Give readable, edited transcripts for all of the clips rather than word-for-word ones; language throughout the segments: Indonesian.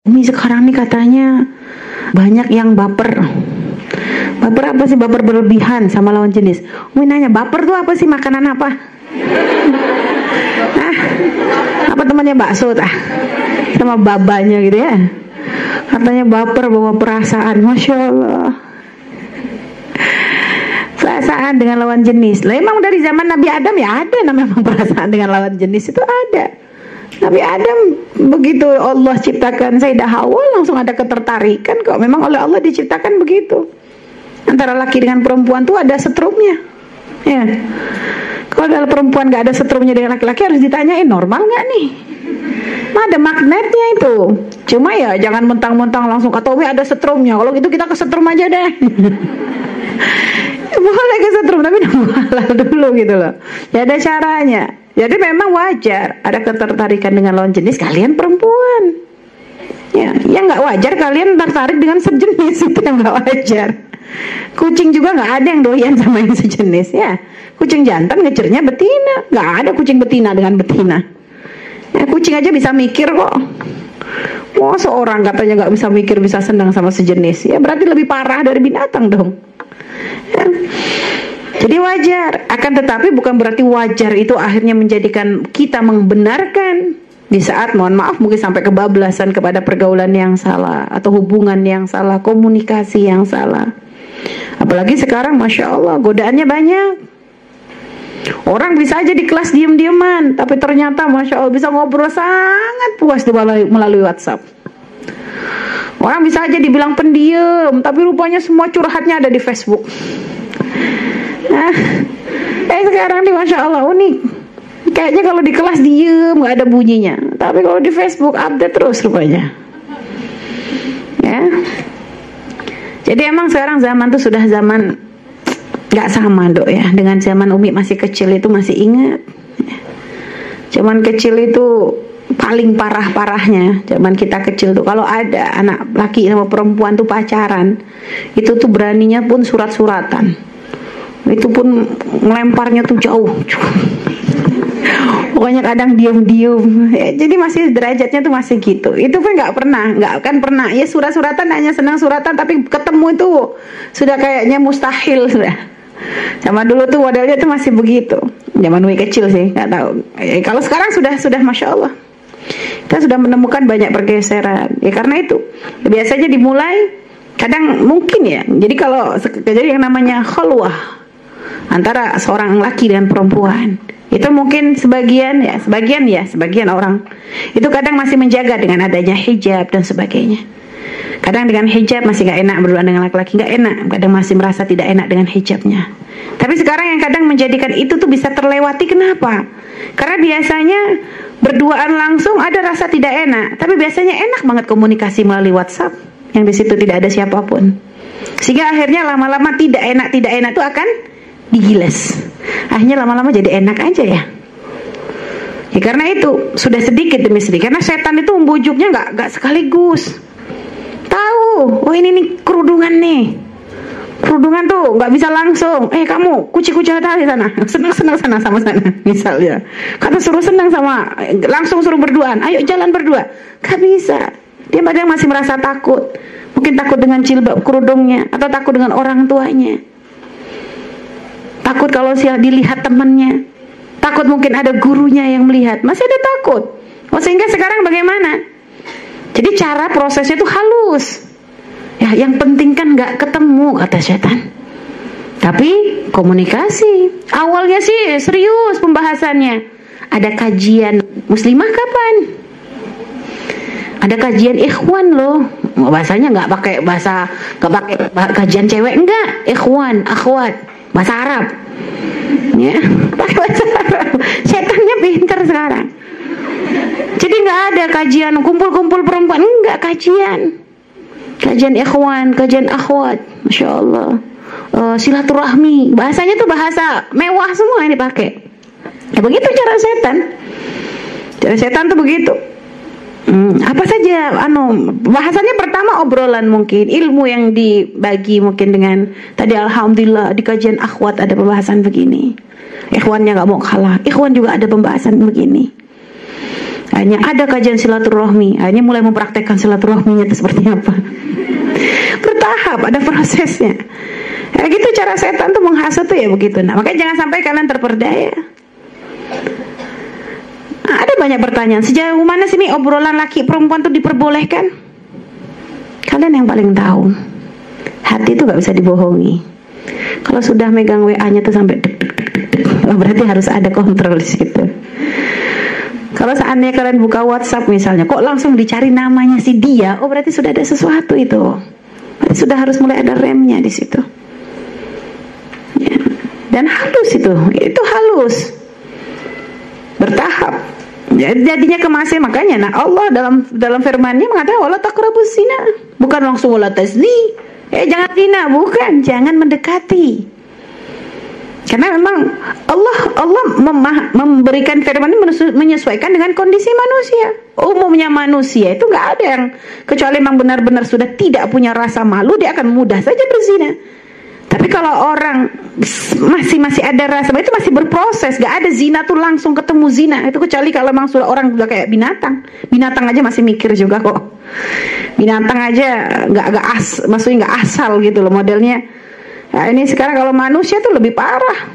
Umi sekarang nih katanya banyak yang baper. Baper apa sih? Baper berlebihan sama lawan jenis. Umi nanya, baper tuh apa sih? Makanan apa? Apa temannya bakso tah? Sama babanya gitu ya. Katanya baper bawa perasaan. Masya Allah. Perasaan dengan lawan jenis. Lah emang dari zaman Nabi Adam ya ada namanya perasaan dengan lawan jenis, itu ada. Nabi Adam begitu Allah ciptakan Sayyidah Hawa langsung ada ketertarikan kok. Memang oleh Allah diciptakan begitu. Antara laki dengan perempuan tuh ada setrumnya. Ya. Kalau dalam perempuan nggak ada setrumnya dengan laki-laki harus ditanyain normal nggak nih? Nah, ada magnetnya itu. Cuma ya jangan mentang-mentang langsung kata Umi ada setrumnya. Kalau gitu kita ke setrum aja deh. Boleh ke setrum tapi halal dulu gitu loh. Ya ada caranya. Jadi memang wajar ada ketertarikan dengan lawan jenis kalian perempuan. Ya, yang nggak wajar kalian tertarik dengan sejenis, itu yang nggak wajar. Kucing juga nggak ada yang doyan sama yang sejenis ya. Kucing jantan ngecernya betina, nggak ada kucing betina dengan betina. Ya, kucing aja bisa mikir kok. Wah, seorang katanya nggak bisa mikir bisa senang sama sejenis, ya berarti lebih parah dari binatang dong. Ya. Jadi wajar, akan tetapi bukan berarti wajar itu akhirnya menjadikan kita membenarkan di saat mohon maaf mungkin sampai kebablasan kepada pergaulan yang salah atau hubungan yang salah, komunikasi yang salah. Apalagi sekarang Masya Allah godaannya banyak. Orang bisa aja di kelas diem-dieman, tapi ternyata Masya Allah bisa ngobrol sangat puas melalui WhatsApp. Orang bisa aja dibilang pendiam, tapi rupanya semua curhatnya ada di Facebook. Nah, sekarang nih Masya Allah unik. Kayaknya kalau di kelas diem gak ada bunyinya, tapi kalau di Facebook update terus rupanya. Ya. Jadi emang sekarang zaman tuh sudah zaman gak sama dok ya. Dengan zaman Umi masih kecil itu masih ingat. Zaman kecil itu paling parah-parahnya. Zaman kita kecil tuh kalau ada anak laki sama perempuan tuh pacaran, itu tuh beraninya pun surat-suratan. Itu pun ngelemparnya tuh jauh. Pokoknya kadang diem-diem ya, jadi masih derajatnya tuh masih gitu. Itu pun nggak pernah ya surat-suratan, hanya senang suratan, tapi ketemu itu sudah kayaknya mustahil sudah. Sama dulu tuh modelnya tuh masih begitu. Zaman Umi kecil sih nggak tahu. Kalau sekarang sudah Masya Allah kita sudah menemukan banyak pergeseran. Ya karena itu biasanya dimulai kadang mungkin ya. Jadi kalau jadi yang namanya khalwah antara seorang laki dan perempuan itu mungkin sebagian orang itu kadang masih menjaga dengan adanya hijab dan sebagainya. Kadang dengan hijab masih gak enak berduaan dengan laki-laki, gak enak, kadang masih merasa tidak enak dengan hijabnya. Tapi sekarang yang kadang menjadikan itu tuh bisa terlewati, kenapa? Karena biasanya berduaan langsung ada rasa tidak enak, tapi biasanya enak banget komunikasi melalui WhatsApp yang di situ tidak ada siapapun, sehingga akhirnya lama-lama tidak enak itu akan digiles. Akhirnya lama-lama jadi enak aja ya. Ya karena itu sudah sedikit demi sedikit. Karena setan itu membujuknya nggak sekaligus. Tahu, oh ini nih kerudungan nih. Kerudungan tuh nggak bisa langsung. Kamu kucing-kucing tadi sana, senang sana sama sana. Misalnya, kata suruh senang sama, langsung suruh berduaan. Ayo jalan berdua. Gak bisa. Dia padahal masih merasa takut. Mungkin takut dengan jilbab kerudungnya atau takut dengan orang tuanya. Takut kalau dilihat temannya, takut mungkin ada gurunya yang melihat, masih ada takut. Sehingga sekarang bagaimana? Jadi cara prosesnya itu halus. Ya, yang penting kan nggak ketemu kata setan. Tapi komunikasi. Awalnya sih serius pembahasannya. Ada kajian muslimah kapan? Ada kajian ikhwan loh. Bahasanya nggak pakai kajian cewek, enggak. Ikhwan, akhwat. Bahasa Arab ya, pakai bahasa Arab. Setannya pintar sekarang. Jadi nggak ada kajian kumpul-kumpul perempuan, enggak, kajian ikhwan, kajian akhwat. Masya Allah. Silaturahmi, bahasanya tuh bahasa mewah semua yang dipakai. Ya begitu cara setan tuh begitu. Apa saja bahasannya pertama obrolan, mungkin ilmu yang dibagi mungkin dengan tadi alhamdulillah di kajian akhwat ada pembahasan begini, ikhwannya nggak mau kalah, ikhwan juga ada pembahasan begini. Hanya ada kajian silaturahmi, akhirnya mulai mempraktekkan silaturahminya itu seperti apa. Bertahap, ada prosesnya. Ya gitu cara setan tuh menghasut tuh ya begitu. Nah, makanya jangan sampai kalian terperdaya. Nah, ada banyak pertanyaan, sejauh mana sih nih obrolan laki perempuan tuh diperbolehkan? Kalian yang paling tahu. Hati itu gak bisa dibohongi. Kalau sudah megang WA-nya tuh sampai dek dek dek dek, berarti harus ada kontrol di situ. Kalau seandainya kalian buka WhatsApp misalnya, kok langsung dicari namanya si dia, oh berarti sudah ada sesuatu itu. Berarti sudah harus mulai ada remnya di situ. Ya. Dan halus itu halus, bertahap. Jadinya kemasi, makanya nah Allah dalam firman-Nya mengatakan wala taqrabuz zina, bukan langsung wala tazni. Jangan zina, bukan, jangan mendekati. Karena memang Allah memberikan firman ini menyesuaikan dengan kondisi manusia. Umumnya manusia itu nggak ada yang, kecuali memang benar-benar sudah tidak punya rasa malu, dia akan mudah saja berzina. Tapi kalau orang masih ada rasa, itu masih berproses. Gak ada zina tuh langsung ketemu zina. Itu kecuali kalau memang sudah orang udah kayak binatang. Binatang aja masih mikir juga kok. Binatang aja maksudnya nggak asal gitu loh modelnya. Nah, ini sekarang kalau manusia tuh lebih parah.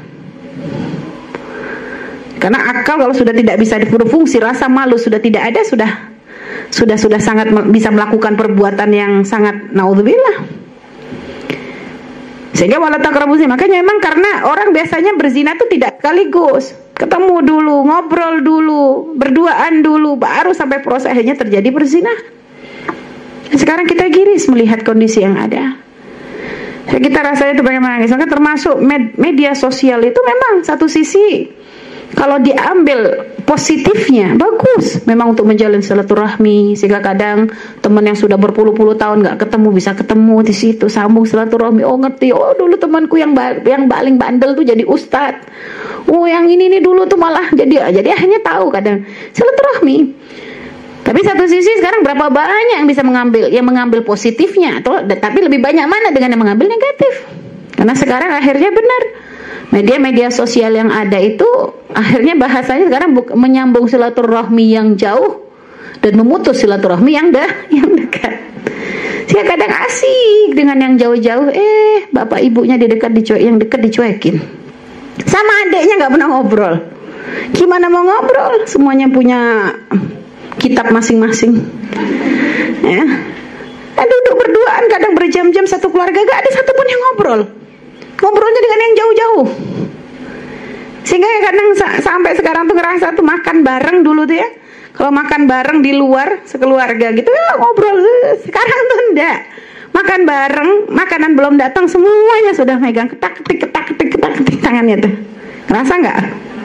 Karena akal kalau sudah tidak bisa berfungsi, rasa malu sudah tidak ada, sudah sangat bisa melakukan perbuatan yang sangat naudzubillah. Sehingga wala taqrabuz zina. Makanya memang karena orang biasanya berzina tuh tidak sekaligus. Ketemu dulu, ngobrol dulu, berduaan dulu, baru sampai proses akhirnya terjadi berzina. Sekarang kita giris melihat kondisi yang ada. Kita rasanya itu bagaimana? Maka termasuk media sosial itu memang satu sisi kalau diambil positifnya bagus, memang untuk menjalin silaturahmi. Sehingga kadang teman yang sudah berpuluh-puluh tahun nggak ketemu bisa ketemu di situ, sambung silaturahmi. Oh ngerti, oh dulu temanku yang paling bandel tuh jadi ustadz. Oh yang ini dulu tuh malah jadi akhirnya tahu kadang silaturahmi. Tapi satu sisi sekarang berapa banyak yang bisa mengambil positifnya, tapi lebih banyak mana dengan yang mengambil negatif? Karena sekarang akhirnya benar media sosial yang ada itu akhirnya bahasanya sekarang menyambung silaturahmi yang jauh dan memutus silaturahmi yang dekat. Sehingga kadang asik dengan yang jauh-jauh, bapak ibunya yang dekat dicuekin. Sama adeknya nggak pernah ngobrol. Gimana mau ngobrol? Semuanya punya kitab masing-masing. Ya. Duduk berduaan kadang berjam-jam satu keluarga, gak ada satupun yang ngobrol. Ngobrolnya dengan yang jauh-jauh. Sehingga kadang sampai sekarang tuh ngerasa tuh makan bareng dulu tuh ya. Kalau makan bareng di luar sekeluarga gitu ya ngobrol. Sekarang tuh enggak. Makan bareng, makanan belum datang semuanya sudah megang ketak-ketik tangannya tuh. Ngerasa enggak?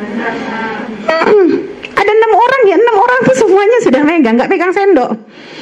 Ada 6 orang ya, 6 orang tuh semuanya sudah megang, nggak pegang sendok.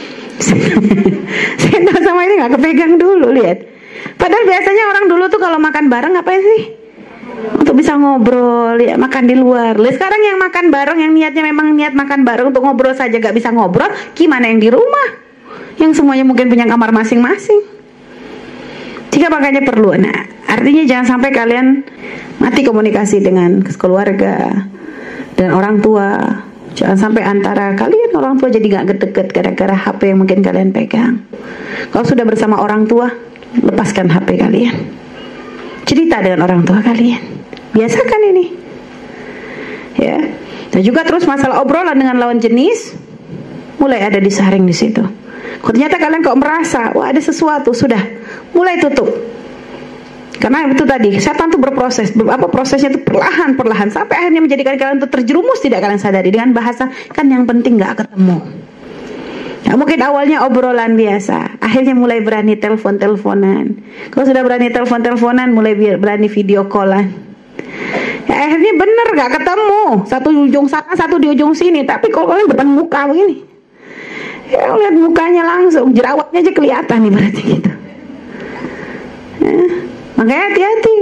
Sendok sama ini nggak kepegang dulu, lihat. Padahal biasanya orang dulu tuh kalau makan bareng ngapain sih? Untuk bisa ngobrol, ya makan di luar. Lihat sekarang yang makan bareng, yang niatnya memang niat makan bareng untuk ngobrol saja nggak bisa ngobrol, gimana yang di rumah? Yang semuanya mungkin punya kamar masing-masing. Jika makanya perlu, nah artinya jangan sampai kalian mati komunikasi dengan keluarga dan orang tua. Jangan sampai antara kalian orang tua jadi gak deket gara-gara HP yang mungkin kalian pegang. Kalau sudah bersama orang tua, lepaskan HP kalian, cerita dengan orang tua kalian, biasakan ini ya. Dan juga terus masalah obrolan dengan lawan jenis mulai ada disaring di situ. Kalau ternyata kalian kok merasa wah ada sesuatu, sudah mulai tutup. Karena itu tadi, setan itu berproses, prosesnya itu perlahan sampai akhirnya menjadikan kalian itu terjerumus tidak kalian sadari dengan bahasa kan yang penting nggak ketemu. Ya, mungkin awalnya obrolan biasa, akhirnya mulai berani telepon-teleponan. Kalau sudah berani telepon-teleponan, mulai berani video callan. Ya, akhirnya bener nggak ketemu, satu di ujung sana, satu di ujung sini. Tapi kalau kalian depan muka begini, ya lihat mukanya langsung, jerawatnya aja kelihatan nih berarti gitu. Ya. Makanya hati-hati.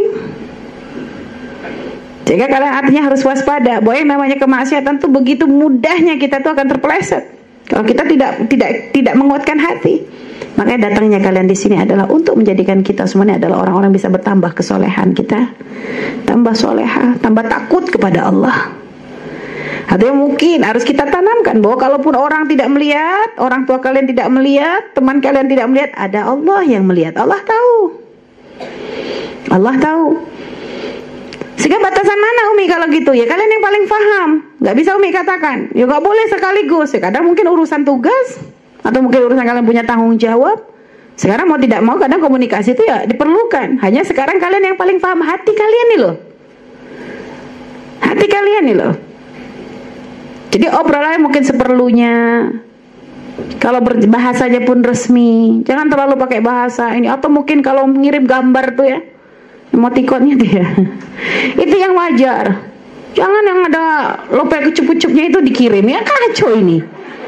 Jika kalian artinya harus waspada bahwa yang namanya kemaksiatan tuh begitu mudahnya kita tuh akan terpeleset kalau kita tidak menguatkan hati. Makanya datangnya kalian di sini adalah untuk menjadikan kita semuanya adalah orang-orang bisa bertambah kesolehan kita, tambah soleha, tambah takut kepada Allah. Atau mungkin harus kita tanamkan bahwa kalaupun orang tidak melihat, orang tua kalian tidak melihat, teman kalian tidak melihat, ada Allah yang melihat. Allah tahu. Allah tahu. Sehingga batasan mana Umi kalau gitu? Ya kalian yang paling paham. Gak bisa Umi katakan. Ya gak boleh sekaligus. Ya, kadang mungkin urusan tugas, atau mungkin urusan kalian punya tanggung jawab. Sekarang mau tidak mau kadang komunikasi itu ya diperlukan. Hanya sekarang kalian yang paling paham hati kalian nih loh. Hati kalian nih loh. Jadi obrolannya mungkin seperlunya. Kalau bahasanya pun resmi, jangan terlalu pakai bahasa ini. Atau mungkin kalau ngirim gambar tuh ya, emotikonnya tuh ya, itu yang wajar. Jangan yang ada lope kecup-cucupnya itu dikirim, ya kacau ini.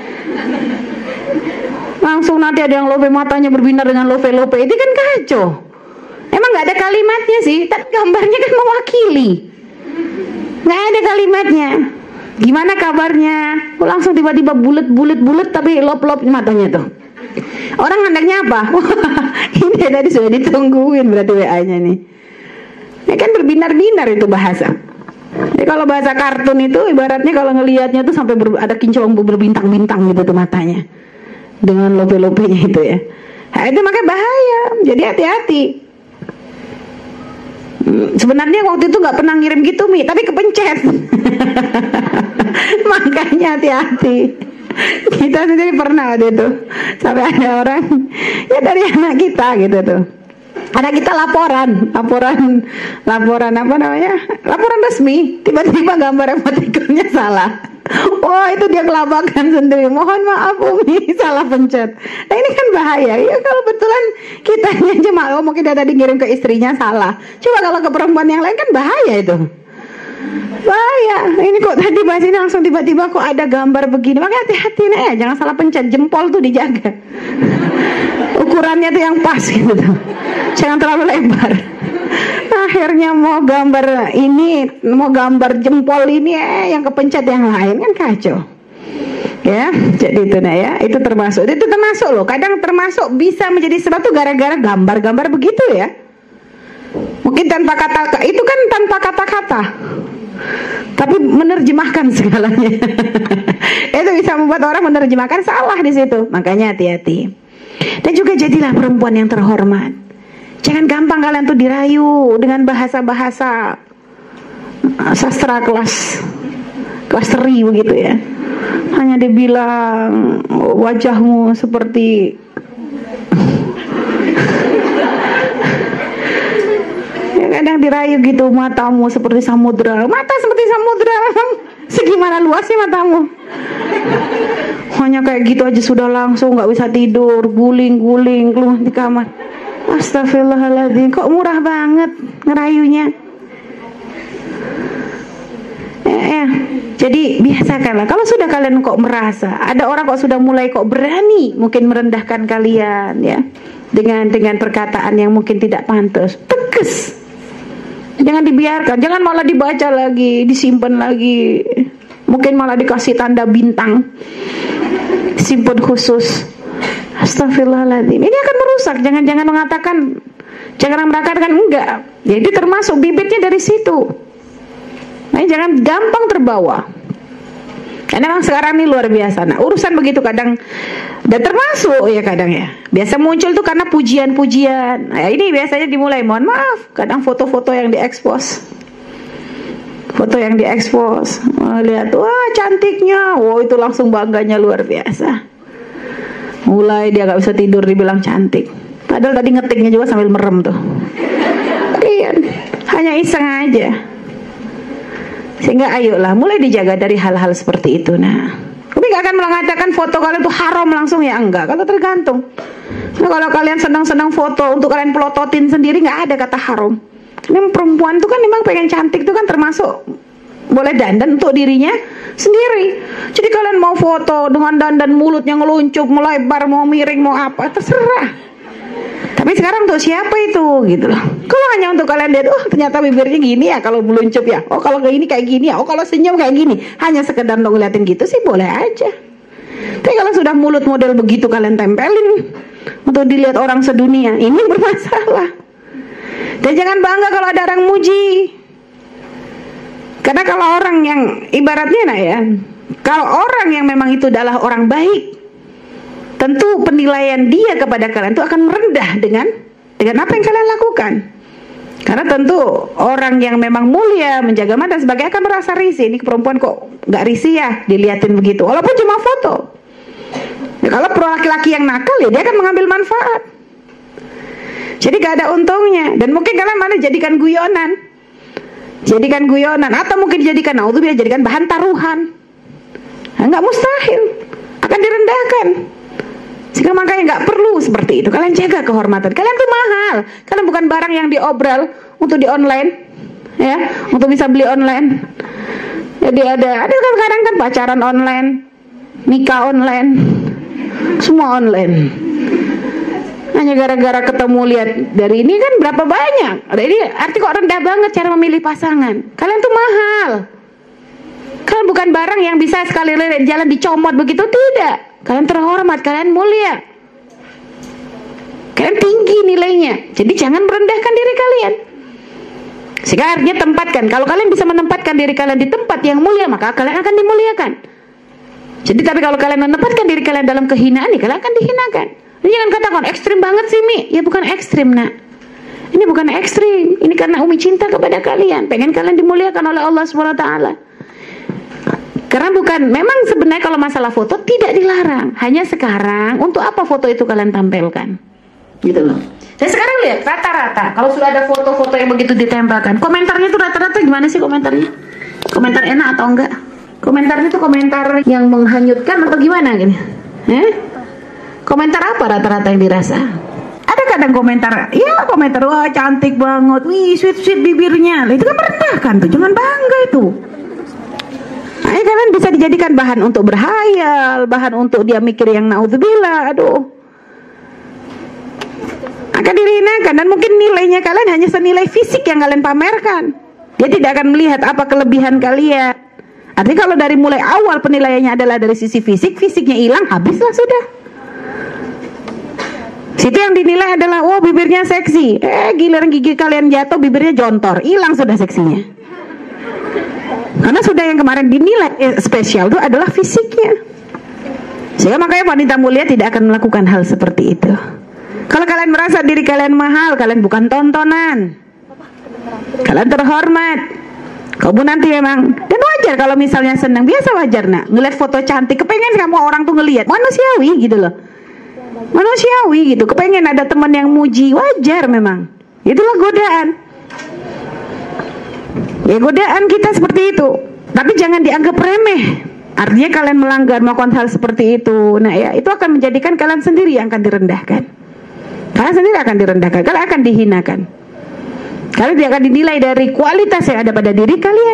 Langsung nanti ada yang lope matanya berbinar dengan lope-lope, itu kan kacau. Emang nggak ada kalimatnya sih, tapi gambarnya kan mewakili. Nggak ada kalimatnya. Gimana kabarnya? Langsung tiba-tiba bulet tapi lop-lop matanya tuh. Orang hendaknya apa? Ini tadi sudah ditungguin berarti WA-nya nih. Ya kan berbinar-binar itu bahasa. Jadi kalau bahasa kartun itu ibaratnya kalau ngelihatnya tuh sampai ada kinclong berbintang-bintang gitu tuh matanya. Dengan lope-lopenya itu ya. Nah, itu makanya bahaya. Jadi hati-hati. Sebenarnya waktu itu nggak pernah ngirim gitu Mi, tapi kepencet. Makanya hati-hati. Kita sendiri pernah waktu itu sampai ada orang ya dari anak kita gitu tuh. Ada kita laporan apa namanya? Laporan resmi, tiba-tiba gambar emotikonnya salah. Oh itu dia kelabakan sendiri. Mohon maaf Umi, salah pencet. Nah ini kan bahaya. Ya kalau betulan kitanya aja mau mungkin dia tadi ngirim ke istrinya salah. Coba kalau ke perempuan yang lain kan bahaya itu. Bahaya. Ini kok tadi bahas ini langsung tiba-tiba kok ada gambar begini. Makanya hati-hati nih ya, jangan salah pencet. Jempol tuh dijaga. Ukurannya tuh yang pas gitu tuh. Jangan terlalu lebar. Akhirnya mau gambar ini, mau gambar jempol ini yang kepencet yang lain kan kacau. Ya, jadi itu nah ya, itu termasuk loh. Kadang termasuk bisa menjadi sebab tuh gara-gara gambar-gambar begitu ya. Mungkin tanpa kata, itu kan tanpa kata-kata, tapi menerjemahkan segalanya. Itu bisa membuat orang menerjemahkan salah di situ. Makanya hati-hati. Dan juga jadilah perempuan yang terhormat. Jangan gampang kalian tuh dirayu dengan bahasa-bahasa sastra kelas teri begitu ya. Hanya dibilang wajahmu seperti ya kadang dirayu gitu, matamu seperti samudra. Mata seperti samudra memang segimana luasnya matamu. Hanya kayak gitu aja sudah langsung nggak bisa tidur, guling-guling keluar di kamar. Astagfirullahaladzim, kok murah banget ngerayunya. Jadi biasakanlah. Kalau sudah kalian kok merasa ada orang kok sudah mulai kok berani mungkin merendahkan kalian ya dengan perkataan yang mungkin tidak pantas, tegas. Jangan dibiarkan, jangan malah dibaca lagi, disimpan lagi. Mungkin malah dikasih tanda bintang, simpan khusus. Astagfirullahaladzim. Ini akan merusak. Jangan mengatakan enggak. Jadi termasuk bibitnya dari situ. Nah, jangan gampang terbawa. Karena memang sekarang ini luar biasa. Nah, urusan begitu kadang dan termasuk ya kadang ya. Biasa muncul tuh karena pujian-pujian. Nah, ini biasanya dimulai, mohon maaf, kadang foto-foto yang diekspos. Lihat, wah cantiknya. Wow, itu langsung bangganya luar biasa. Mulai dia gak bisa tidur dibilang cantik. Padahal tadi ngetiknya juga sambil merem tuh. Iya, hanya iseng aja. Sehingga ayolah mulai dijaga dari hal-hal seperti itu. Nah, tapi gak akan mengatakan foto kalian tuh haram langsung ya, enggak. Kalau tergantung. Nah, kalau kalian senang-senang foto untuk kalian pelototin sendiri, gak ada kata haram. Ini perempuan tuh kan memang pengen cantik tuh kan termasuk boleh dandan untuk dirinya sendiri. Jadi kalian mau foto dengan dandan mulutnya ngeluncup, melebar, mau miring, mau apa, terserah. Tapi sekarang untuk siapa itu gitu loh. Kalau hanya untuk kalian lihat, oh ternyata bibirnya gini ya kalau meluncup ya. Oh kalau kayak gini ya. Oh kalau senyum kayak gini. Hanya sekedar untuk ngeliatin gitu sih boleh aja. Tapi kalau sudah mulut model begitu kalian tempelin untuk dilihat orang sedunia, ini bermasalah. Dan jangan bangga kalau ada orang muji. Karena kalau orang yang ibaratnya kalau orang yang memang itu adalah orang baik, tentu penilaian dia kepada kalian itu akan rendah dengan apa yang kalian lakukan. Karena tentu orang yang memang mulia, menjaga mata dan sebagainya akan merasa risih. Ini perempuan kok nggak risih ya diliatin begitu, walaupun cuma foto. Ya, kalau pro laki-laki yang nakal ya dia akan mengambil manfaat. Jadi gak ada untungnya. Dan mungkin kalian mana jadikan guyonan, atau mungkin jadikan jadikan bahan taruhan. Nggak mustahil, akan direndahkan. Sehingga makanya nggak perlu seperti itu. Kalian jaga kehormatan. Kalian tuh mahal. Kalian bukan barang yang diobral untuk di online, ya, untuk bisa beli online. Jadi ada kadang kan pacaran online, nikah online, semua online. Hanya gara-gara ketemu lihat dari ini kan berapa banyak. Ini arti kok rendah banget cara memilih pasangan. Kalian tuh mahal. Kalian bukan barang yang bisa sekali jalan dicomot begitu, tidak. Kalian terhormat, kalian mulia, kalian tinggi nilainya. Jadi jangan merendahkan diri kalian. Sehingga artinya tempatkan. Kalau kalian bisa menempatkan diri kalian di tempat yang mulia, maka kalian akan dimuliakan. Jadi tapi kalau kalian menempatkan diri kalian dalam kehinaan, kalian akan dihinakan. Ini jangan katakan ekstrim banget sih Mi. Ya bukan ekstrim nak. Ini bukan ekstrim. Ini karena Umi cinta kepada kalian, pengen kalian dimuliakan oleh Allah SWT. Karena memang sebenarnya kalau masalah foto tidak dilarang. Hanya sekarang untuk apa foto itu kalian tampilkan, gitu loh. Dan sekarang lihat rata-rata kalau sudah ada foto-foto yang begitu ditempelkan, komentarnya itu rata-rata gimana sih komentarnya? Komentar enak atau enggak? Komentarnya itu komentar yang menghanyutkan atau gimana gini? Komentar apa rata-rata yang dirasa? Ada kadang komentar wah cantik banget, wih sweet bibirnya. Itu kan merendahkan tuh, jangan bangga itu. Nah, kalian bisa dijadikan bahan untuk berhayal, bahan untuk dia mikir yang naudzubillah, akan dihinakan. Dan mungkin nilainya kalian hanya senilai fisik yang kalian pamerkan. Dia tidak akan melihat apa kelebihan kalian. Artinya kalau dari mulai awal penilaiannya adalah dari sisi fisik, fisiknya hilang, habislah sudah. Situ yang dinilai adalah bibirnya seksi. Giliran gigi kalian jatuh, bibirnya jontor, hilang sudah seksinya. Karena sudah yang kemarin dinilai spesial itu adalah fisiknya. Sehingga makanya wanita mulia tidak akan melakukan hal seperti itu. Kalau kalian merasa diri kalian mahal, kalian bukan tontonan, kalian terhormat. Kamu nanti memang, dan wajar kalau misalnya senang, biasa wajar nak ngeliat foto cantik, kepengen kamu orang tuh ngeliat, manusiawi gitu loh, manusiawi gitu, kepengen ada teman yang muji, wajar memang. Itulah godaan. Ya godaan kita seperti itu. Tapi jangan dianggap remeh. Artinya kalian melanggar, melakukan hal seperti itu, nah ya itu akan menjadikan kalian sendiri yang akan direndahkan. Kalian sendiri akan direndahkan, kalian akan dihinakan. Kalian tidak akan dinilai dari kualitas yang ada pada diri kalian.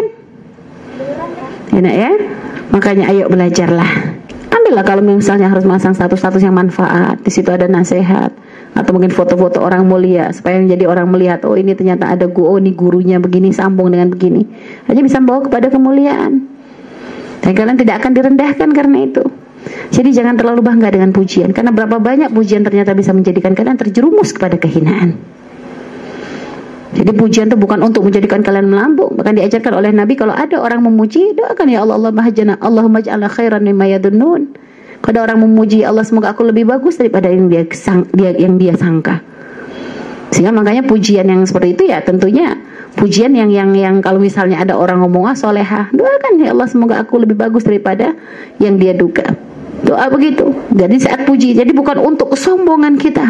Enak ya? Makanya ayo belajarlah. Ambillah kalau misalnya harus masang status-status yang manfaat, di situ ada nasihat atau mungkin foto-foto orang mulia supaya jadi orang melihat, oh ini ternyata ada ini gurunya begini, sambung dengan begini. Hanya bisa membawa kepada kemuliaan. Dan kalian tidak akan direndahkan karena itu. Jadi jangan terlalu bangga dengan pujian, karena berapa banyak pujian ternyata bisa menjadikan kalian terjerumus kepada kehinaan. Jadi pujian itu bukan untuk menjadikan kalian melambung. Bahkan diajarkan oleh Nabi, kalau ada orang memuji, doakan ya Allah, Allahumma ja'alna khairan mimma yadunnun. Kalau orang memuji Allah, semoga aku lebih bagus daripada yang dia sangka. Sehingga makanya pujian yang seperti itu ya tentunya pujian yang kalau misalnya ada orang ngomong solehah, doakan ya Allah semoga aku lebih bagus daripada yang dia duga. Doa begitu. Jadi saat puji, jadi bukan untuk kesombongan kita.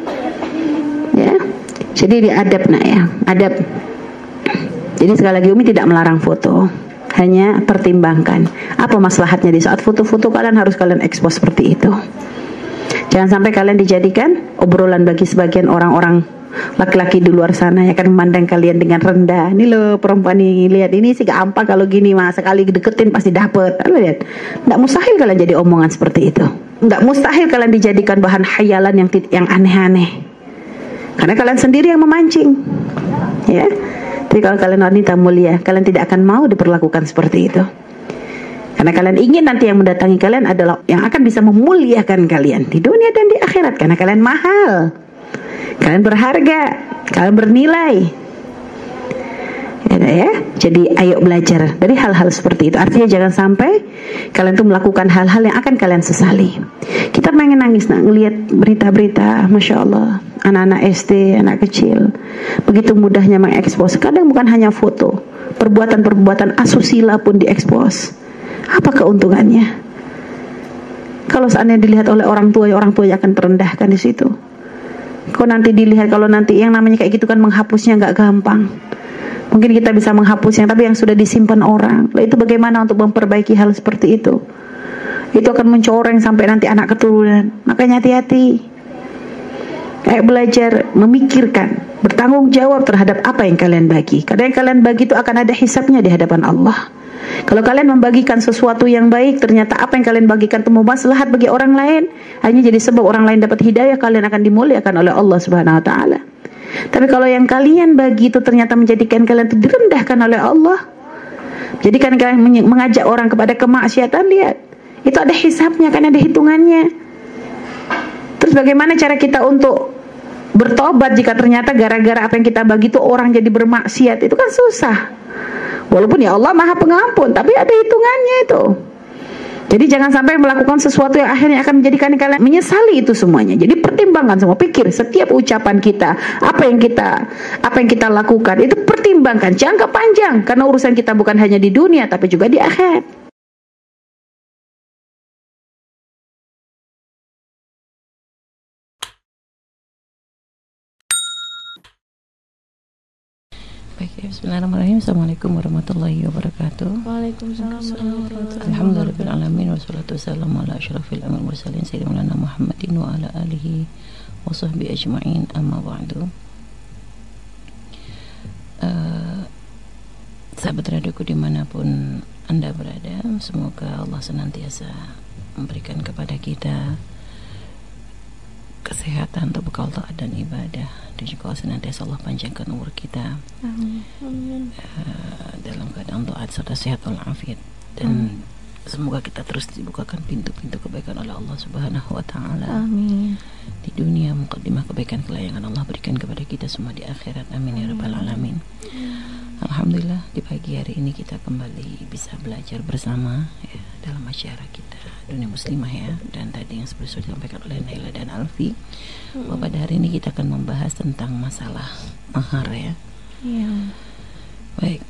Ya. Jadi diadab nak ya, adab. Jadi sekali lagi Umi tidak melarang foto. Hanya pertimbangkan apa maslahatnya di saat foto-foto kalian harus kalian ekspos seperti itu. Jangan sampai kalian dijadikan obrolan bagi sebagian orang-orang laki-laki di luar sana yang akan memandang kalian dengan rendah. Ini loh perempuan ini, lihat ini sih gampang kalau gini mah, sekali deketin pasti dapet. Lihat, nggak mustahil kalian jadi omongan seperti itu. Nggak mustahil kalian dijadikan bahan khayalan yang aneh-aneh. Karena kalian sendiri yang memancing, ya. Jadi kalau kalian wanita mulia, kalian tidak akan mau diperlakukan seperti itu. Karena kalian ingin nanti yang mendatangi kalian adalah yang akan bisa memuliakan kalian di dunia dan di akhirat. Karena kalian mahal, kalian berharga, kalian bernilai. Ya, jadi ayo belajar dari hal-hal seperti itu. Artinya jangan sampai kalian tuh melakukan hal-hal yang akan kalian sesali. Kita pengen nangis ngelihat berita-berita, masya Allah, anak-anak SD, anak kecil, begitu mudahnya mengekspos. Kadang bukan hanya foto, perbuatan-perbuatan asusila pun diekspos. Apa keuntungannya? Kalau seandainya dilihat oleh orang tua akan terendahkan di situ. Kalau nanti dilihat, kalau nanti yang namanya kayak gitu kan menghapusnya nggak gampang. Mungkin kita bisa menghapusnya, tapi yang sudah disimpan orang, lah itu bagaimana untuk memperbaiki hal seperti itu? Itu akan mencoreng sampai nanti anak keturunan. Makanya hati-hati. Kayak belajar memikirkan, bertanggung jawab terhadap apa yang kalian bagi. Karena yang kalian bagi itu akan ada hisabnya di hadapan Allah. Kalau kalian membagikan sesuatu yang baik, ternyata apa yang kalian bagikan itu maslahat bagi orang lain, hanya jadi sebab orang lain dapat hidayah, kalian akan dimuliakan oleh Allah Subhanahu wa taala. Tapi kalau yang kalian bagi itu ternyata menjadikan kalian itu direndahkan oleh Allah, jadikan kalian mengajak orang kepada kemaksiatan, lihat, itu ada hisabnya, kan ada hitungannya. Terus bagaimana cara kita untuk bertobat jika ternyata gara-gara apa yang kita bagi itu orang jadi bermaksiat? Itu kan susah. Walaupun ya Allah Maha Pengampun, tapi ada hitungannya itu. Jadi jangan sampai melakukan sesuatu yang akhirnya akan menjadikan kalian menyesali itu semuanya. Jadi pertimbangkan semua, pikir setiap ucapan kita, apa yang kita lakukan itu pertimbangkan jangka panjang, karena urusan kita bukan hanya di dunia tapi juga di akhirat. Baik, bismillahirrahmanirrahim. Assalamualaikum warahmatullahi wabarakatuh. Waalaikumsalam warahmatullahi wabarakatuh. Alhamdulillahirabbil alamin wassalatu wassalamu ala asyrafil anbiya'i wal mursalin sayyidina Muhammadin wa ala alihi wa sahbihi ajma'in, amma ba'du. Sahabat radioku dimanapun Anda berada, semoga Allah senantiasa memberikan kepada kita kesehatan untuk bekal taat dan ibadah, dan juga senantiasa Allah panjangkan umur kita. Amin. Dalam keadaan taat serta sehat walafiat, dan semoga kita terus dibukakan pintu-pintu kebaikan oleh Allah Subhanahu wa taala. Amin. Di dunia muqaddimah kebaikan kelayangan Allah berikan kepada kita semua di akhirat. Amin ya rabbal alamin. Alhamdulillah, di pagi hari ini kita kembali bisa belajar bersama ya, dalam acara kita Dunia Muslimah ya. Dan tadi yang seperti disampaikan oleh Naila dan Alfi, bahwa pada hari ini kita akan membahas tentang masalah mahar ya. Iya. Baik,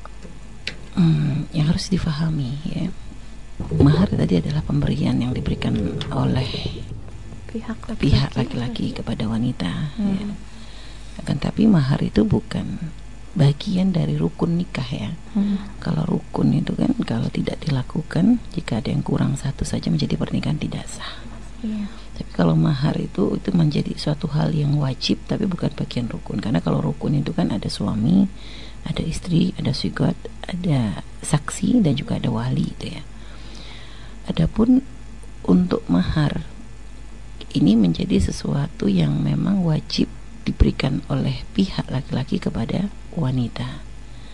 yang harus difahami ya, mahar tadi adalah pemberian yang diberikan oleh pihak laki-laki kepada wanita ya. Akan tapi mahar itu bukan bagian dari rukun nikah ya. Kalau rukun itu kan kalau tidak dilakukan, jika ada yang kurang satu saja menjadi pernikahan tidak sah. Iya. Tapi kalau mahar itu menjadi suatu hal yang wajib, tapi bukan bagian rukun. Karena kalau rukun itu kan ada suami, ada istri, ada syigat, ada saksi, dan juga ada wali itu ya. Adapun untuk mahar ini menjadi sesuatu yang memang wajib diberikan oleh pihak laki-laki kepada wanita.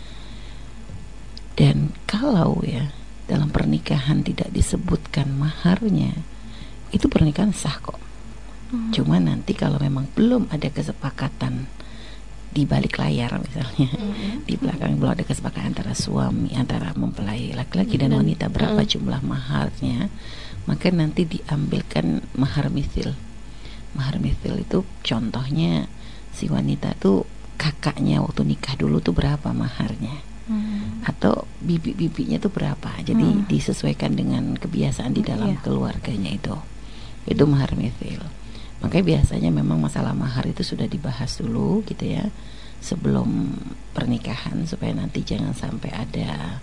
Dan kalau ya dalam pernikahan tidak disebutkan maharnya, itu pernikahan sah kok. Cuma nanti kalau memang belum ada kesepakatan di balik layar misalnya, di belakang belum ada kesepakatan antara mempelai laki-laki dan wanita berapa jumlah maharnya, maka nanti diambilkan mahar mithil. Mahar mithil itu contohnya si wanita tuh kakaknya waktu nikah dulu tuh berapa maharnya, atau bibi-bibinya tuh berapa. Jadi disesuaikan dengan kebiasaan di dalam keluarganya itu mahar mithil. Makanya biasanya memang masalah mahar itu sudah dibahas dulu gitu ya sebelum pernikahan, supaya nanti jangan sampai ada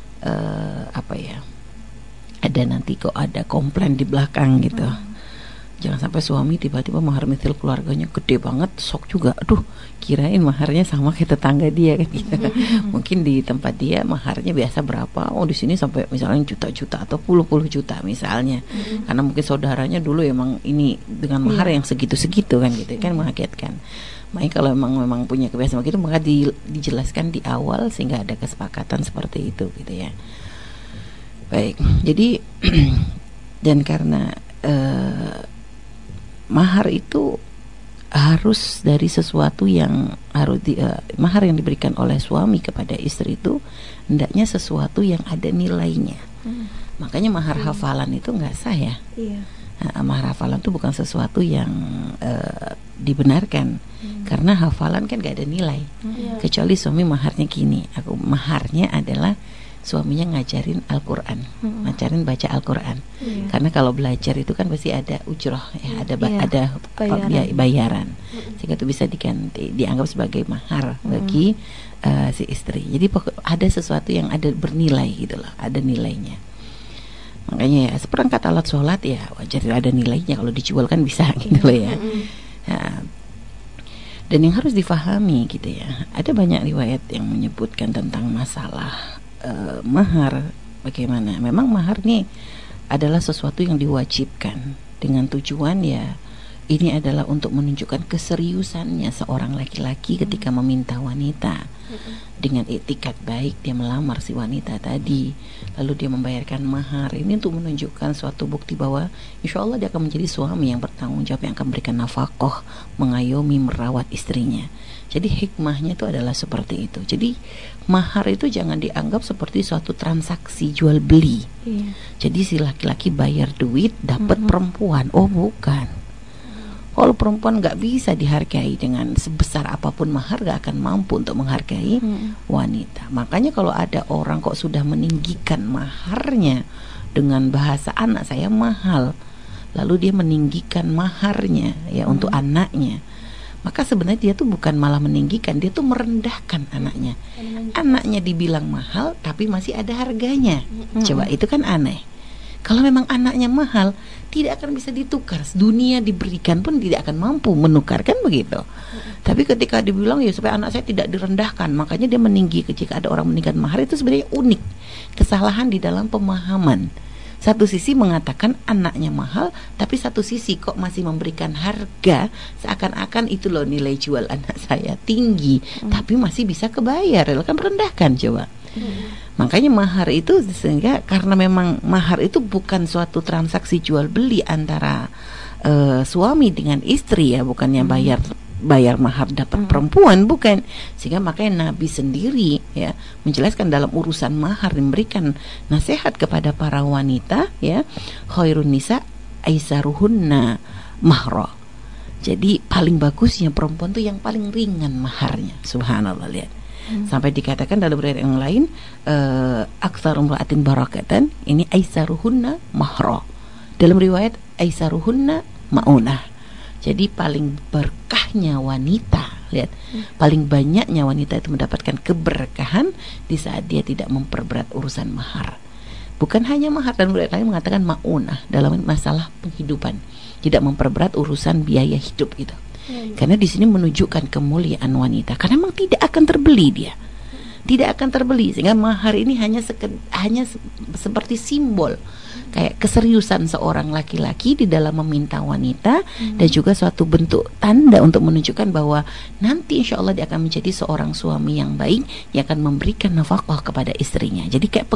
ada nanti kok ada komplain di belakang gitu. Jangan sampai suami tiba-tiba mahar mithil keluarganya gede banget, sok juga, aduh kirain maharnya sama kayak tetangga dia kan gitu. Mungkin di tempat dia maharnya biasa berapa, oh di sini sampai misalnya juta-juta atau puluh-puluh juta misalnya. Karena mungkin saudaranya dulu emang ini dengan mahar yang segitu-segitu kan gitu kan, mengagetkan. Makanya kalau memang punya kebiasaan begitu, maka dijelaskan di awal sehingga ada kesepakatan seperti itu gitu ya. Baik, jadi dan karena mahar itu harus dari sesuatu yang harus mahar yang diberikan oleh suami kepada istri itu hendaknya sesuatu yang ada nilainya. Makanya mahar hafalan itu nggak sah ya. Iya. Mahar hafalan itu bukan sesuatu yang dibenarkan karena hafalan kan nggak ada nilai. Kecuali suami maharnya gini, maharnya adalah suaminya ngajarin Al-Quran, ngajarin baca Al-Quran. Karena kalau belajar itu kan pasti ada ujroh, ya, ada bayaran. Sehingga itu bisa dianggap sebagai mahar bagi si istri. Jadi ada sesuatu yang ada bernilai gitu loh, ada nilainya. Makanya ya, seperangkat alat sholat ya wajar ada nilainya, kalau dijual kan bisa gitu loh ya. Dan yang harus difahami gitu ya, ada banyak riwayat yang menyebutkan tentang masalah mahar. Bagaimana? Memang mahar nih adalah sesuatu yang diwajibkan dengan tujuan ya ini adalah untuk menunjukkan keseriusannya seorang laki-laki ketika meminta wanita. Dengan etikat baik dia melamar si wanita tadi, lalu dia membayarkan mahar. Ini untuk menunjukkan suatu bukti bahwa insya Allah dia akan menjadi suami yang bertanggung jawab, yang akan memberikan nafkah, mengayomi, merawat istrinya. Jadi hikmahnya itu adalah seperti itu. Jadi mahar itu jangan dianggap seperti suatu transaksi jual beli. Jadi si laki-laki bayar duit dapat perempuan. Oh bukan. Kalau perempuan nggak bisa dihargai dengan sebesar apapun mahar, nggak akan mampu untuk menghargai wanita. Makanya kalau ada orang kok sudah meninggikan maharnya dengan bahasa anak saya mahal, lalu dia meninggikan maharnya ya untuk anaknya, maka sebenarnya dia tuh bukan malah meninggikan, dia tuh merendahkan anaknya. Anaknya dibilang mahal tapi masih ada harganya. Coba itu kan aneh. Kalau memang anaknya mahal, tidak akan bisa ditukar. Dunia diberikan pun tidak akan mampu menukar, kan begitu. Tapi ketika dibilang ya supaya anak saya tidak direndahkan, makanya dia meninggi. Jika ada orang meninggikan mahar itu sebenarnya unik, kesalahan di dalam pemahaman. Satu sisi mengatakan anaknya mahal, tapi satu sisi kok masih memberikan harga seakan-akan itu loh nilai jual anak saya tinggi, tapi masih bisa kebayar. Kan merendahkan coba. Makanya mahar itu sehingga karena memang mahar itu bukan suatu transaksi jual beli antara suami dengan istri ya, bukannya bayar mahar dapat perempuan, bukan. Sehingga makanya Nabi sendiri ya menjelaskan dalam urusan mahar, memberikan nasihat kepada para wanita ya, khairun nisa aisaruhunna mahra. Jadi paling bagusnya perempuan tuh yang paling ringan maharnya. Subhanallah, lihat. Sampai dikatakan dalam riwayat yang lain aktsarum ra'atin barakatan, ini aisaruhunna mahra. Dalam riwayat aisaruhunna maunah. Jadi paling berkahnya wanita, lihat, paling banyaknya wanita itu mendapatkan keberkahan di saat dia tidak memperberat urusan mahar. Bukan hanya mahar, dan riwayat lain mengatakan maunah dalam masalah penghidupan, tidak memperberat urusan biaya hidup gitu. Karena di sini menunjukkan kemuliaan wanita, karena memang tidak akan terbeli dia, tidak akan terbeli. Sehingga mahar ini hanya seperti simbol kayak keseriusan seorang laki-laki di dalam meminta wanita, dan juga suatu bentuk tanda untuk menunjukkan bahwa nanti insya Allah dia akan menjadi seorang suami yang baik, yang akan memberikan nafkah kepada istrinya. Jadi kayak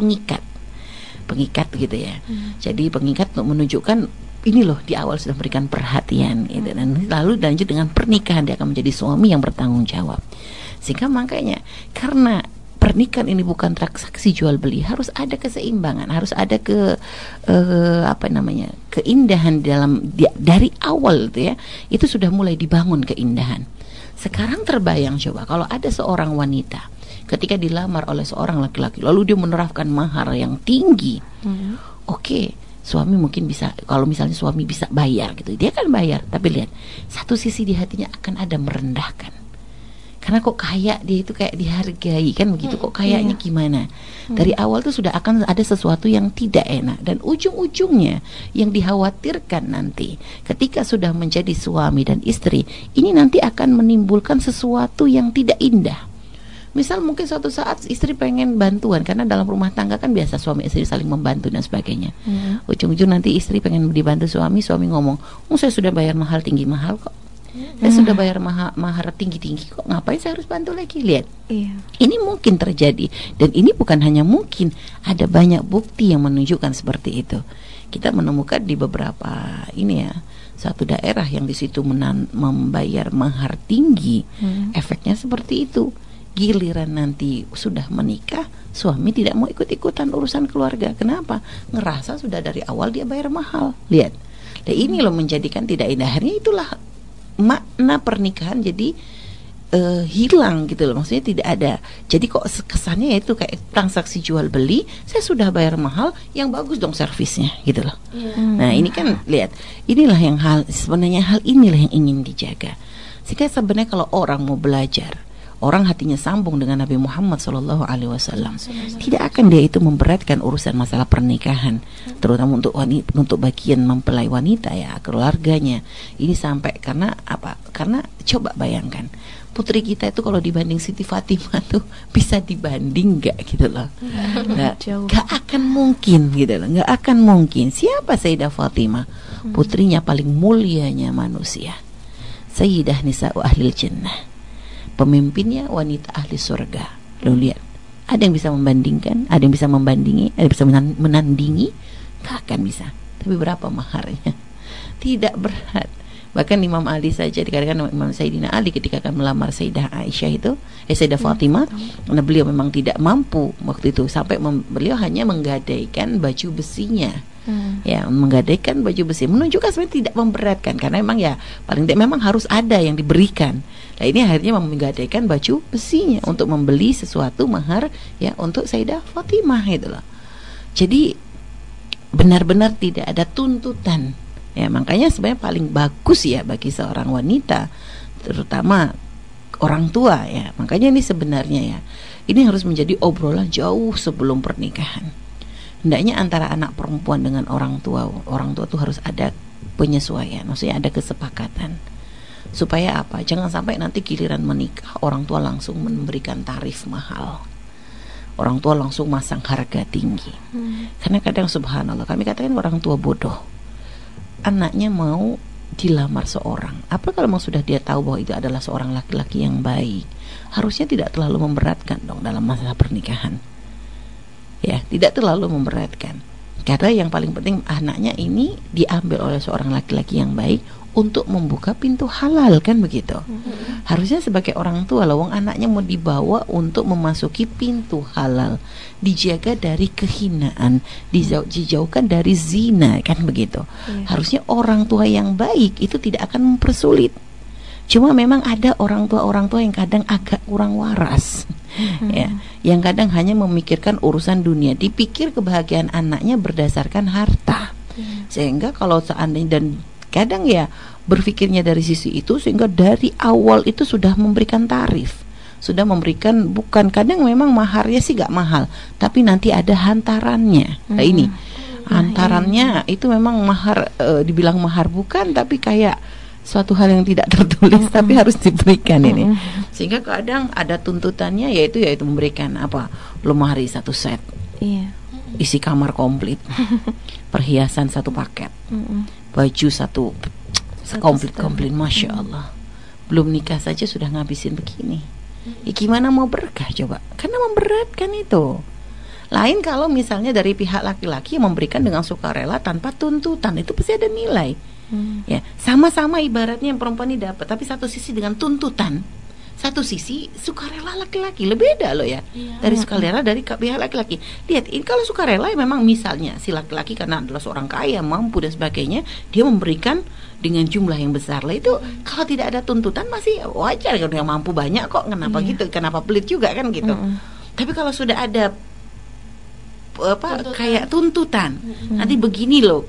pengikat gitu ya. Jadi pengikat untuk menunjukkan ini loh, di awal sudah memberikan perhatian gitu, dan lalu lanjut dengan pernikahan dia akan menjadi suami yang bertanggung jawab. Sehingga makanya karena pernikahan ini bukan transaksi jual beli, harus ada keseimbangan, harus ada keindahan dari awal itu ya. Itu sudah mulai dibangun keindahan. Sekarang terbayang coba kalau ada seorang wanita ketika dilamar oleh seorang laki-laki, lalu dia menerapkan mahar yang tinggi. Oke, suami mungkin bisa, kalau misalnya suami bisa bayar gitu, dia akan bayar. Tapi lihat, satu sisi di hatinya akan ada merendahkan. Karena kok kaya dia itu kayak dihargai kan begitu, kok kayaknya gimana. Dari awal tuh sudah akan ada sesuatu yang tidak enak, dan ujung-ujungnya yang dikhawatirkan nanti ketika sudah menjadi suami dan istri, ini nanti akan menimbulkan sesuatu yang tidak indah. Misal mungkin suatu saat istri pengen bantuan, karena dalam rumah tangga kan biasa suami istri saling membantu dan sebagainya. Ujung-ujung nanti istri pengen dibantu suami ngomong, saya sudah bayar mahal tinggi mahal kok. Saya sudah bayar mahar tinggi-tinggi kok, ngapain saya harus bantu lagi? Lihat, ini mungkin terjadi, dan ini bukan hanya mungkin, ada banyak bukti yang menunjukkan seperti itu. Kita menemukan di beberapa satu daerah yang di situ membayar mahar tinggi, efeknya seperti itu. Giliran nanti sudah menikah, suami tidak mau ikut-ikutan urusan keluarga. Kenapa? Ngerasa sudah dari awal dia bayar mahal. Lihat, dan ini loh menjadikan tidak indah. Akhirnya itulah makna pernikahan jadi hilang gitu loh, maksudnya tidak ada. Jadi kok kesannya yaitu kayak transaksi jual beli, saya sudah bayar mahal, yang bagus dong servisnya gitu loh. Nah ini kan lihat, inilah yang sebenarnya hal inilah yang ingin dijaga. Sehingga sebenarnya kalau orang mau belajar, orang hatinya sambung dengan Nabi Muhammad SAW, tidak akan dia itu memberatkan urusan masalah pernikahan, terutama untuk wanita, untuk bagian mempelai wanita ya, keluarganya. Ini sampai karena apa? Karena coba bayangkan, putri kita itu kalau dibanding Siti Fatimah tuh bisa dibanding nggak gitu loh? Nggak akan mungkin gitu loh, nggak akan mungkin. Siapa Sayyidah Fatimah? Putrinya paling mulianya manusia, Sayyidah Nisa'u Ahlil Jannah, pemimpinnya wanita ahli surga. Lo lihat, ada yang bisa membandingkan, ada yang bisa membandingi, ada yang bisa menandingi? Gak akan bisa. Tapi berapa maharnya? Tidak berat. Bahkan Imam Ali saja dikatakan Imam Sayyidina Ali ketika akan melamar Sayyidah Aisyah itu, Sayyidah Fatimah, karena beliau memang tidak mampu waktu itu, sampai beliau hanya menggadaikan baju besinya. Ya, menggadaikan baju besi, menunjukkan sebenarnya tidak memberatkan, karena memang ya paling tidak memang harus ada yang diberikan. Nah ini akhirnya menggadaikan baju besinya untuk membeli sesuatu mahar ya untuk Sayyidah Fatimah gitu loh. Jadi benar-benar tidak ada tuntutan. Ya makanya sebenarnya paling bagus ya bagi seorang wanita, terutama orang tua ya. Makanya ini sebenarnya ya, ini harus menjadi obrolan jauh sebelum pernikahan. Hendaknya antara anak perempuan dengan orang tua tuh harus ada penyesuaian, maksudnya ada kesepakatan. Supaya apa? Jangan sampai nanti giliran menikah orang tua langsung memberikan tarif mahal, orang tua langsung masang harga tinggi. Karena kadang subhanallah, kami katakan orang tua bodoh. Anaknya mau dilamar seorang, apa kalau memang sudah dia tahu bahwa itu adalah seorang laki-laki yang baik, harusnya tidak terlalu memberatkan dong dalam masalah pernikahan. Ya, tidak terlalu memberatkan. Karena yang paling penting anaknya ini diambil oleh seorang laki-laki yang baik untuk membuka pintu halal, kan begitu. Harusnya sebagai orang tua, lawang anaknya mau dibawa untuk memasuki pintu halal, dijaga dari kehinaan, dijauhkan dari zina, kan begitu. Harusnya orang tua yang baik itu tidak akan mempersulit. Cuma memang ada orang tua yang kadang agak kurang waras. Ya, yang kadang hanya memikirkan urusan dunia, dipikir kebahagiaan anaknya berdasarkan harta. Sehingga kalau seandainya, dan kadang ya berpikirnya dari sisi itu, sehingga dari awal itu sudah memberikan tarif, sudah memberikan, bukan, kadang memang maharnya sih gak mahal, tapi nanti ada hantarannya. Nah ini hantarannya itu memang mahar, dibilang mahar bukan, tapi kayak suatu hal yang tidak tertulis tapi harus diberikan ini. Sehingga kadang ada tuntutannya, yaitu memberikan apa, lemari satu set, isi kamar komplit, perhiasan satu paket, baju satu komplit, masya Allah. Belum nikah saja sudah ngabisin begini. Ya gimana mau berkah coba? Karena memberatkan itu. Lain kalau misalnya dari pihak laki-laki yang memberikan dengan sukarela tanpa tuntutan, itu pasti ada nilai. Ya, sama-sama ibaratnya yang perempuan ini dapat, tapi satu sisi dengan tuntutan, satu sisi sukarela laki-laki. Lebih beda loh ya, dari sukarela dari pihak laki-laki. Lihat, ini kalau sukarela memang misalnya si laki-laki karena adalah seorang kaya, mampu dan sebagainya, dia memberikan dengan jumlah yang besar lah, itu kalau tidak ada tuntutan masih wajar, kalau yang mampu banyak kok, kenapa gitu, kenapa pelit juga kan gitu. Tapi kalau sudah ada kayak tuntutan, nanti begini loh,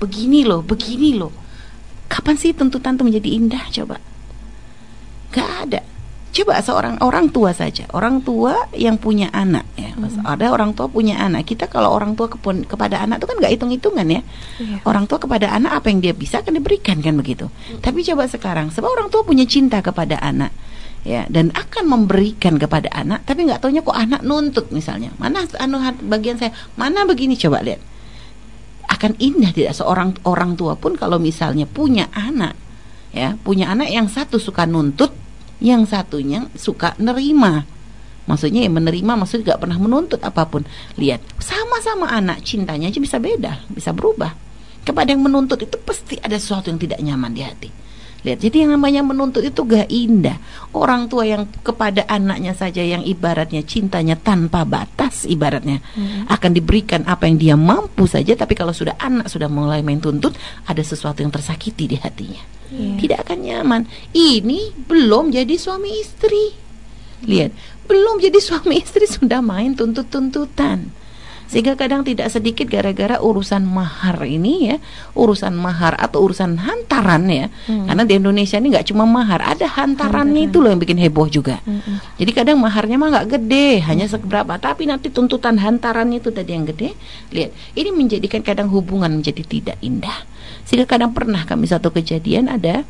kapan sih tuntutan itu menjadi indah coba? Gak ada. Coba seorang orang tua saja, orang tua yang punya anak ya. Ada orang tua punya anak. Kita kalau orang tua kepada anak itu kan gak hitung-hitungan ya. Orang tua kepada anak apa yang dia bisa akan diberikan, kan begitu. Tapi coba sekarang, sebab orang tua punya cinta kepada anak ya, dan akan memberikan kepada anak, tapi nggak taunya kok anak nuntut misalnya, mana bagian saya, mana begini, coba lihat. Akan indah tidak seorang orang tua pun kalau misalnya punya anak ya, punya anak yang satu suka nuntut, yang satunya suka nerima. Maksudnya ya menerima, maksudnya gak pernah menuntut apapun. Lihat, sama-sama anak, cintanya aja bisa beda, bisa berubah. Kepada yang menuntut itu pasti ada sesuatu yang tidak nyaman di hati. Lihat, jadi yang namanya menuntut itu gak indah. Orang tua yang kepada anaknya saja yang ibaratnya cintanya tanpa batas, ibaratnya akan diberikan apa yang dia mampu saja. Tapi kalau sudah anak sudah mulai main tuntut, ada sesuatu yang tersakiti di hatinya, tidak akan nyaman. Ini belum jadi suami istri. Lihat, belum jadi suami istri sudah main tuntut-tuntutan. Sehingga kadang tidak sedikit gara-gara urusan mahar ini ya, urusan mahar atau urusan hantaran ya. Karena di Indonesia ini nggak cuma mahar, ada hantarannya itu loh yang bikin heboh juga. Jadi kadang maharnya mah nggak gede, hanya seberapa, tapi nanti tuntutan hantarannya itu tadi yang gede. Lihat, ini menjadikan kadang hubungan menjadi tidak indah. Sehingga kadang pernah kami satu kejadian ada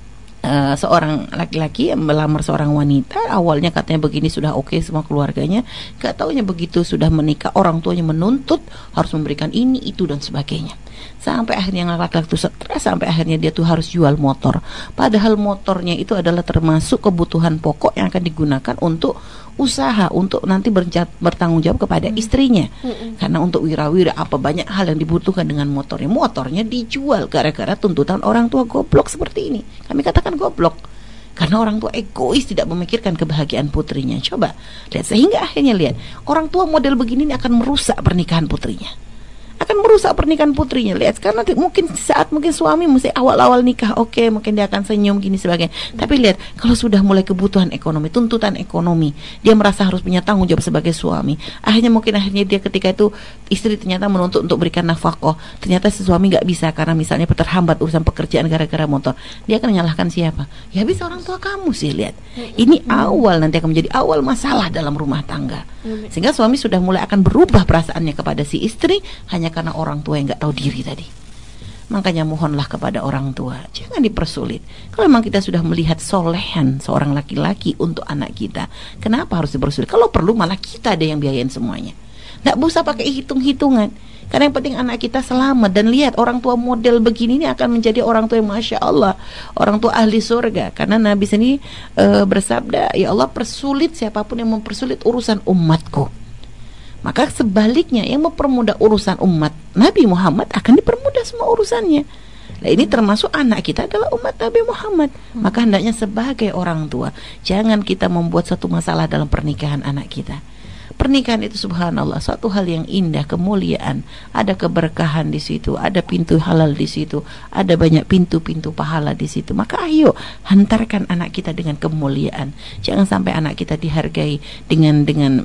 seorang laki-laki yang melamar seorang wanita. Awalnya katanya begini, sudah oke semua keluarganya. Gak taunya begitu sudah menikah, orang tuanya menuntut harus memberikan ini, itu dan sebagainya. Sampai akhirnya laki-laki itu stres, sampai akhirnya dia tuh harus jual motor. Padahal motornya itu adalah termasuk kebutuhan pokok yang akan digunakan untuk usaha, untuk nanti bertanggung jawab kepada istrinya. Karena untuk wira-wira apa banyak hal yang dibutuhkan dengan motornya. Motornya dijual gara-gara tuntutan orang tua goblok seperti ini. Kami katakan goblok karena orang tua egois, tidak memikirkan kebahagiaan putrinya. Coba lihat, sehingga akhirnya lihat, orang tua model begini ini akan merusak pernikahan putrinya, akan merusak pernikahan putrinya. Lihat, karena mungkin saat mungkin suami mesti awal-awal nikah oke, mungkin dia akan senyum gini sebagainya. Tapi lihat, kalau sudah mulai kebutuhan ekonomi, tuntutan ekonomi, dia merasa harus punya tanggung jawab sebagai suami. Akhirnya dia ketika itu istri ternyata menuntut untuk berikan nafkah, ternyata si suami nggak bisa karena misalnya terhambat urusan pekerjaan gara-gara motor. Dia akan menyalahkan siapa? Ya bisa orang tua kamu sih. Lihat, ini awal nanti akan menjadi awal masalah dalam rumah tangga. Sehingga suami sudah mulai akan berubah perasaannya kepada si istri hanya karena orang tua yang nggak tahu diri tadi. Makanya mohonlah kepada orang tua, jangan dipersulit. Kalau memang kita sudah melihat solehan seorang laki-laki untuk anak kita, kenapa harus dipersulit? Kalau perlu malah kita ada yang biayain semuanya. Nggak usah pakai hitung-hitungan. Karena yang penting anak kita selamat. Dan lihat, orang tua model begini ini akan menjadi orang tua yang Masya Allah, orang tua ahli surga. Karena Nabi sendiri bersabda, ya Allah, persulit siapapun yang mempersulit urusan umatku. Maka sebaliknya, yang mempermudah urusan umat Nabi Muhammad akan dipermudah semua urusannya. Nah, ini termasuk anak kita adalah umat Nabi Muhammad. Maka hendaknya sebagai orang tua, jangan kita membuat satu masalah dalam pernikahan anak kita. Pernikahan itu subhanallah suatu hal yang indah, kemuliaan, ada keberkahan di situ, ada pintu halal di situ, ada banyak pintu-pintu pahala di situ. Maka ayo hantarkan anak kita dengan kemuliaan. Jangan sampai anak kita dihargai dengan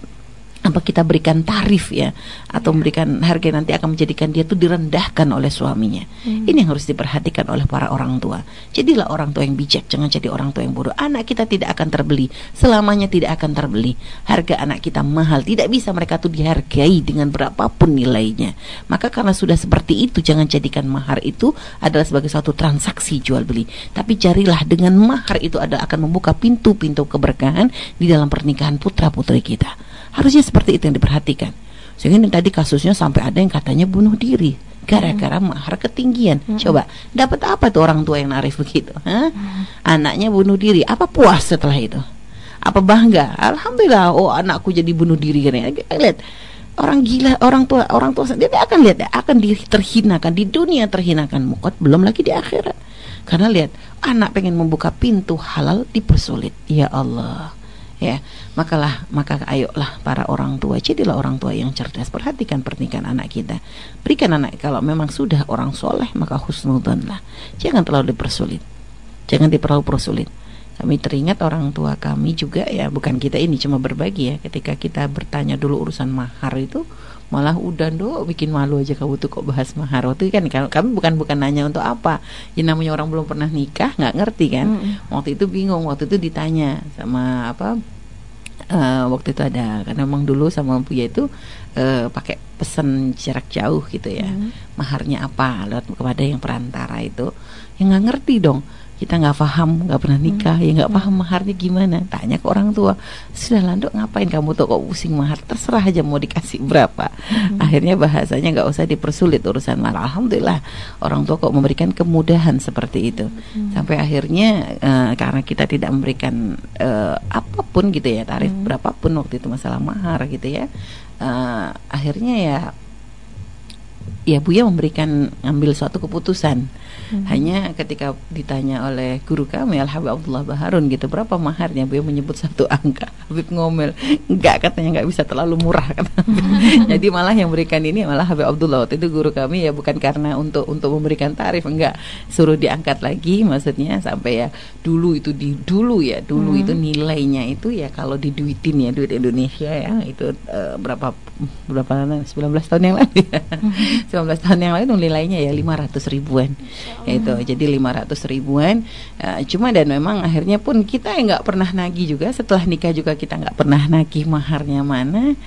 apa kita berikan tarif ya, atau memberikan harga nanti akan menjadikan dia tuh direndahkan oleh suaminya. Ini yang harus diperhatikan oleh para orang tua. Jadilah orang tua yang bijak, jangan jadi orang tua yang bodoh. Anak kita tidak akan terbeli, selamanya tidak akan terbeli. Harga anak kita mahal, tidak bisa mereka tuh dihargai dengan berapapun nilainya. Maka karena sudah seperti itu, jangan jadikan mahar itu adalah sebagai suatu transaksi jual beli. Tapi carilah dengan mahar itu adalah akan membuka pintu-pintu keberkahan di dalam pernikahan putra putri kita. Harusnya seperti itu yang diperhatikan. Sehingga tadi kasusnya sampai ada yang katanya bunuh diri gara-gara mahar ketinggian. Coba, dapat apa tuh orang tua yang narif begitu? Anaknya bunuh diri, apa puas setelah itu? Apa bangga? Alhamdulillah, oh anakku jadi bunuh diri. Lihat, orang gila, orang tua dia akan lihat, akan terhinakan di dunia, terhinakan mukot, belum lagi di akhirat. Karena lihat, anak pengen membuka pintu halal dipersulit. Ya Allah. Ya, maka ayolah para orang tua, jadilah orang tua yang cerdas. Perhatikan pernikahan anak kita. Berikan anak, kalau memang sudah orang soleh maka husnudzon lah. Jangan terlalu dipersulit. Jangan terlalu persulit. Kami teringat orang tua kami juga ya, bukan kita ini cuma berbagi ya. Ketika kita bertanya dulu urusan mahar itu, malah udah bikin malu aja kamu tuh kok bahas mahar. Waktu itu kan kami bukan nanya untuk apa. Ya namanya orang belum pernah nikah, nggak ngerti kan. Waktu itu bingung, waktu itu ditanya sama waktu itu ada, karena memang dulu sama Buya itu pakai pesan jarak jauh gitu ya. Maharnya apa lewat kepada yang perantara itu, yang nggak ngerti dong. Kita nggak paham, nggak pernah nikah, ya nggak paham maharnya gimana. Tanya ke orang tua, sudah Landok ngapain kamu tuh kok pusing mahar, terserah aja mau dikasih berapa. Akhirnya bahasanya nggak usah dipersulit urusan mahar. Alhamdulillah orang tua kok memberikan kemudahan seperti itu. Sampai akhirnya karena kita tidak memberikan apapun gitu ya, tarif berapapun waktu itu masalah mahar gitu ya, akhirnya ya ya Buya memberikan ambil suatu keputusan. Hanya ketika ditanya oleh guru kami Al Habib Abdullah Baharun gitu, berapa maharnya, Buya menyebut satu angka. Habib ngomel, enggak, katanya enggak bisa, terlalu murah kata. Jadi malah yang berikan ini malah Habib Abdullah. Waktu itu guru kami ya, bukan karena untuk memberikan tarif, enggak, suruh diangkat lagi, maksudnya sampai ya dulu itu itu nilainya itu ya kalau diduitin ya, duit Indonesia ya itu berapa 19 tahun yang lalu ya. 19 tahun yang lalu nilainya ya 500 ribuan itu, jadi 500 ribuan. Cuma dan memang akhirnya pun kita nggak pernah nagih juga, setelah nikah juga kita nggak pernah nagih maharnya mana.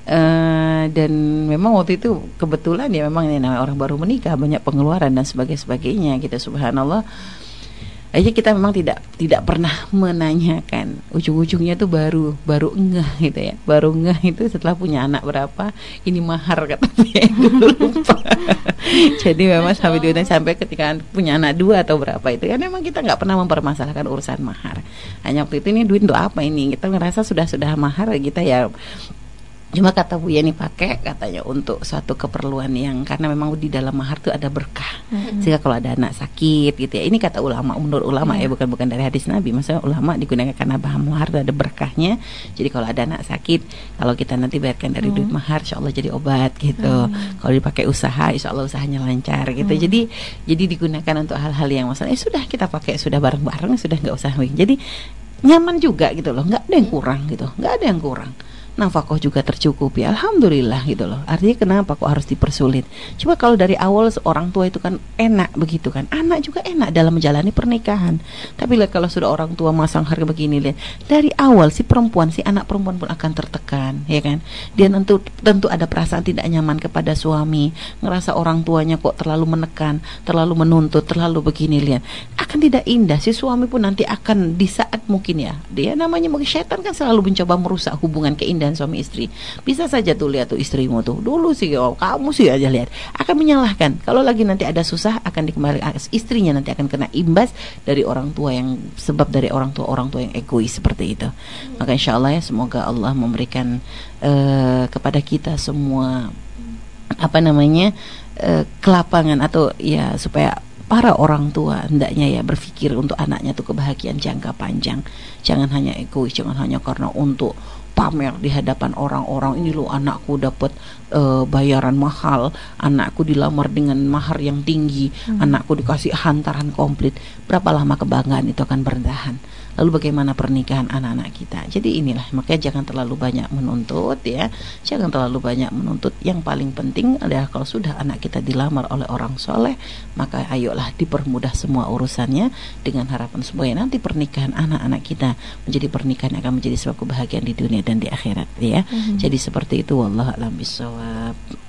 Dan memang waktu itu kebetulan ya memang ini namanya orang baru menikah, banyak pengeluaran dan sebagainya gitu, subhanallah. Aja kita memang tidak pernah menanyakan, ujung-ujungnya tuh baru ngeh gitu ya, baru ngeh itu setelah punya anak berapa ini mahar katanya dulu lupa. Jadi memang sampai ketika punya anak 2 atau berapa itu kan memang kita nggak pernah mempermasalahkan urusan mahar. Hanya waktu itu ini duit untuk apa ini, kita ngerasa sudah mahar kita ya. Cuma kata Buya nih pakai katanya untuk suatu keperluan yang karena memang di dalam mahar itu ada berkah. Sehingga kalau ada anak sakit gitu ya, ini kata ulama, menurut ulama ya, bukan dari hadis Nabi. Maksudnya ulama digunakan karena bahan mahar itu ada berkahnya. Jadi kalau ada anak sakit, kalau kita nanti bayarkan dari duit mahar, insya Allah jadi obat gitu. Kalau dipakai usaha, insya Allah usahanya lancar gitu. Jadi digunakan untuk hal-hal yang masalah. Sudah kita pakai, sudah bareng-bareng, sudah nggak usah. Jadi nyaman juga gitu loh, nggak ada yang kurang gitu, nggak ada yang kurang. Nafkah juga tercukupi, alhamdulillah gitu loh. Artinya kenapa kok harus dipersulit? Coba kalau dari awal orang tua itu kan enak begitu kan, anak juga enak dalam menjalani pernikahan. Tapi lihat kalau sudah orang tua masang harga begini, lihat dari awal si anak perempuan pun akan tertekan, ya kan? Dia tentu ada perasaan tidak nyaman kepada suami, ngerasa orang tuanya kok terlalu menekan, terlalu menuntut, terlalu begini, lihat akan tidak indah. Si suami pun nanti akan di saat mungkin ya, dia namanya mungkin setan kan selalu mencoba merusak hubungan keindahan suami istri. Bisa saja tuh lihat tuh istrimu tuh dulu sih, kamu sih aja lihat, akan menyalahkan. Kalau lagi nanti ada susah akan dikembalikan, istrinya nanti akan kena imbas dari orang tua yang sebab dari orang tua yang egois seperti itu. Maka insya Allah ya, semoga Allah memberikan kepada kita semua kelapangan atau ya supaya para orang tua hendaknya ya berpikir untuk anaknya tuh kebahagiaan jangka panjang. Jangan hanya egois, jangan hanya karena untuk pamer di hadapan orang-orang, ini loh anakku dapat bayaran mahal, anakku dilamar dengan mahar yang tinggi, anakku dikasih hantaran komplit. Berapa lama kebanggaan itu akan bertahan? Lalu bagaimana pernikahan anak-anak kita? Jadi inilah, makanya jangan terlalu banyak menuntut ya, jangan terlalu banyak menuntut. Yang paling penting adalah kalau sudah anak kita dilamar oleh orang soleh, maka ayolah dipermudah semua urusannya dengan harapan supaya nanti pernikahan anak-anak kita menjadi pernikahan yang akan menjadi sebab kebahagiaan di dunia dan di akhirat ya. Jadi seperti itu, wallahu a'lam bishawab.